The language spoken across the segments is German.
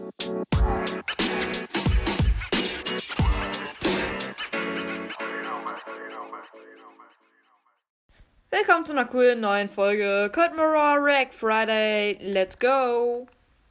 Willkommen zu einer coolen neuen Folge Cold Mirror React Friday. Let's go!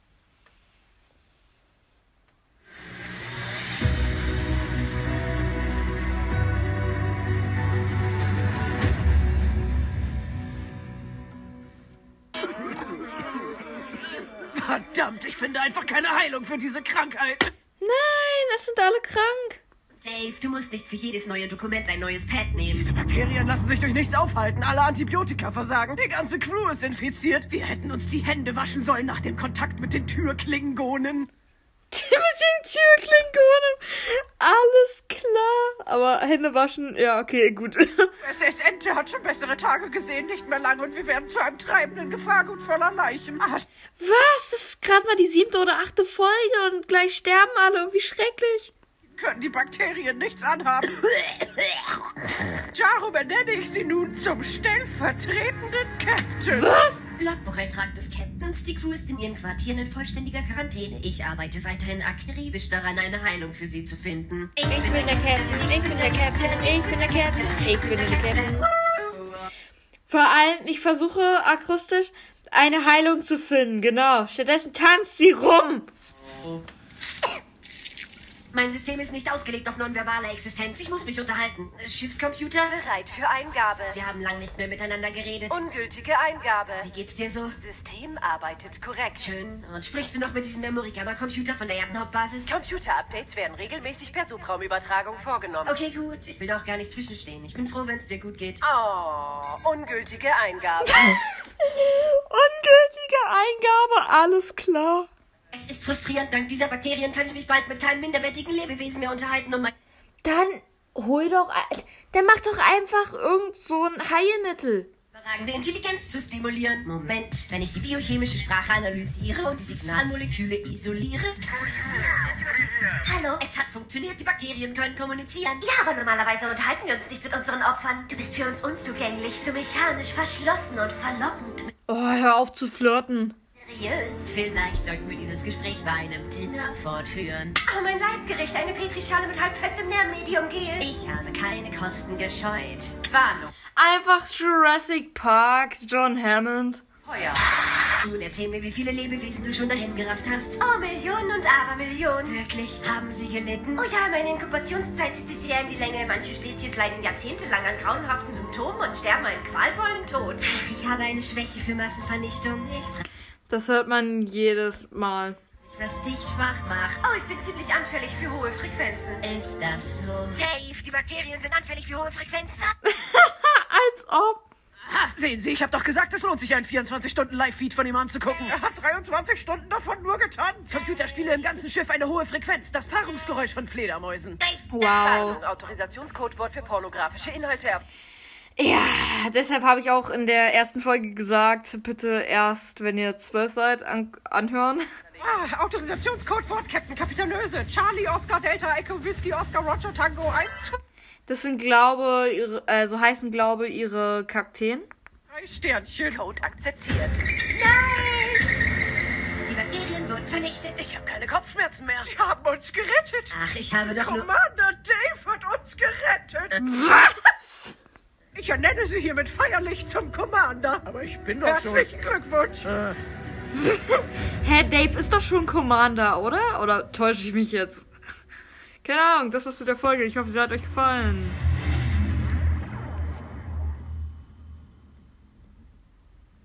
Verdammt, ich finde einfach keine Heilung für diese Krankheit. Nein, es sind alle krank. Dave, du musst nicht für jedes neue Dokument ein neues Pad nehmen. Diese Bakterien lassen sich durch nichts aufhalten. Alle Antibiotika versagen. Die ganze Crew ist infiziert. Wir hätten uns die Hände waschen sollen nach dem Kontakt mit den Türklingonen. Mit den Türklingonen. Alles klar. Aber Hände waschen, ja, okay, gut. SS Ente hat schon bessere Tage gesehen, nicht mehr lang. Und wir werden zu einem treibenden Gefahrgut voller Leichen. Was? Das ist gerade mal die 7. oder 8. Folge und gleich sterben alle. Wie schrecklich. Können die Bakterien nichts anhaben. Darum ernenne ich sie nun zum stellvertretenden Captain. Was? Logbucheintrag des Captains. Die Crew ist in ihren Quartieren in vollständiger Quarantäne. Ich arbeite weiterhin akribisch daran, eine Heilung für sie zu finden. Ich bin der Captain, ich bin der Captain, ich bin der Captain, ich bin der Captain. Vor allem, ich versuche akustisch eine Heilung zu finden, genau. Stattdessen tanzt sie rum. Mein System ist nicht ausgelegt auf nonverbale Existenz. Ich muss mich unterhalten. Schiffscomputer? Bereit für Eingabe. Wir haben lang nicht mehr miteinander geredet. Ungültige Eingabe. Wie geht's dir so? System arbeitet korrekt. Schön. Und sprichst du noch mit diesem Memory-Gamma-Computer von der Erdenhauptbasis? Computer-Updates werden regelmäßig per Subraumübertragung vorgenommen. Okay, gut. Ich will auch gar nicht zwischenstehen. Ich bin froh, wenn es dir gut geht. Oh, ungültige Eingabe. Ungültige Eingabe, alles klar. Es ist frustrierend. Dank dieser Bakterien kann ich mich bald mit keinem minderwertigen Lebewesen mehr unterhalten. Und Dann mach doch einfach irgend so ein Heilmittel. überragende Intelligenz zu stimulieren. Moment, wenn ich die biochemische Sprache analysiere und die Signalmoleküle isoliere. Hallo, es hat funktioniert. Die Bakterien können kommunizieren. Ja, aber normalerweise unterhalten wir uns nicht mit unseren Opfern. Du bist für uns unzugänglich, so mechanisch verschlossen und verlockend. Oh, hör auf zu flirten. Seriös. Vielleicht sollten wir dieses Gespräch bei einem Dinner fortführen. Oh, mein Leibgericht, eine Petrischale mit halbfestem Nährmedium-Gel. Ich habe keine Kosten gescheut. Warnung. Einfach Jurassic Park, John Hammond. Feuer. Nun erzähl mir, wie viele Lebewesen du schon dahin gerafft hast. Oh, Millionen und Abermillionen. Wirklich? Haben sie gelitten? Oh ja, meine Inkubationszeit zieht sich sehr in die Länge. Manche Spezies leiden jahrzehntelang an grauenhaften Symptomen und sterben einen qualvollen Tod. Ach, ich habe eine Schwäche für Massenvernichtung. Ich frage Das hört man jedes Mal. mich, was dich schwach macht. Oh, ich bin ziemlich anfällig für hohe Frequenzen. Ist das so? Dave, die Bakterien sind anfällig für hohe Frequenzen. Als ob. Ha, sehen Sie, ich habe doch gesagt, es lohnt sich, einen 24-Stunden-Live-Feed von ihm anzugucken. Er hat 23 Stunden davon nur getanzt. Computerspiele im ganzen Schiff eine hohe Frequenz. Das Paarungsgeräusch von Fledermäusen. Wow. Autorisationscodewort für pornografische Inhalte. Ja, deshalb habe ich auch in der ersten Folge gesagt, bitte erst, wenn ihr 12 seid, anhören. Autorisationscodewort Captain Kapitanöse. Charlie, Oscar, Delta, Echo, Whiskey, Oscar, Roger, Tango 1. Das sind, so heißen, ihre Kakteen. 3 Sternchen. Code akzeptiert. Die Bakterien wurden vernichtet. Ich habe keine Kopfschmerzen mehr. Sie haben uns gerettet. Ach, ich habe doch nur... Commander Dave hat uns gerettet. Was? Ich ernenne Sie hiermit feierlich zum Commander. Aber ich bin doch Herzlichen Glückwunsch. Hä, Dave ist doch schon Commander, oder? Oder täusche ich mich jetzt? Keine Ahnung, das war's zu der Folge. Ich hoffe, sie hat euch gefallen.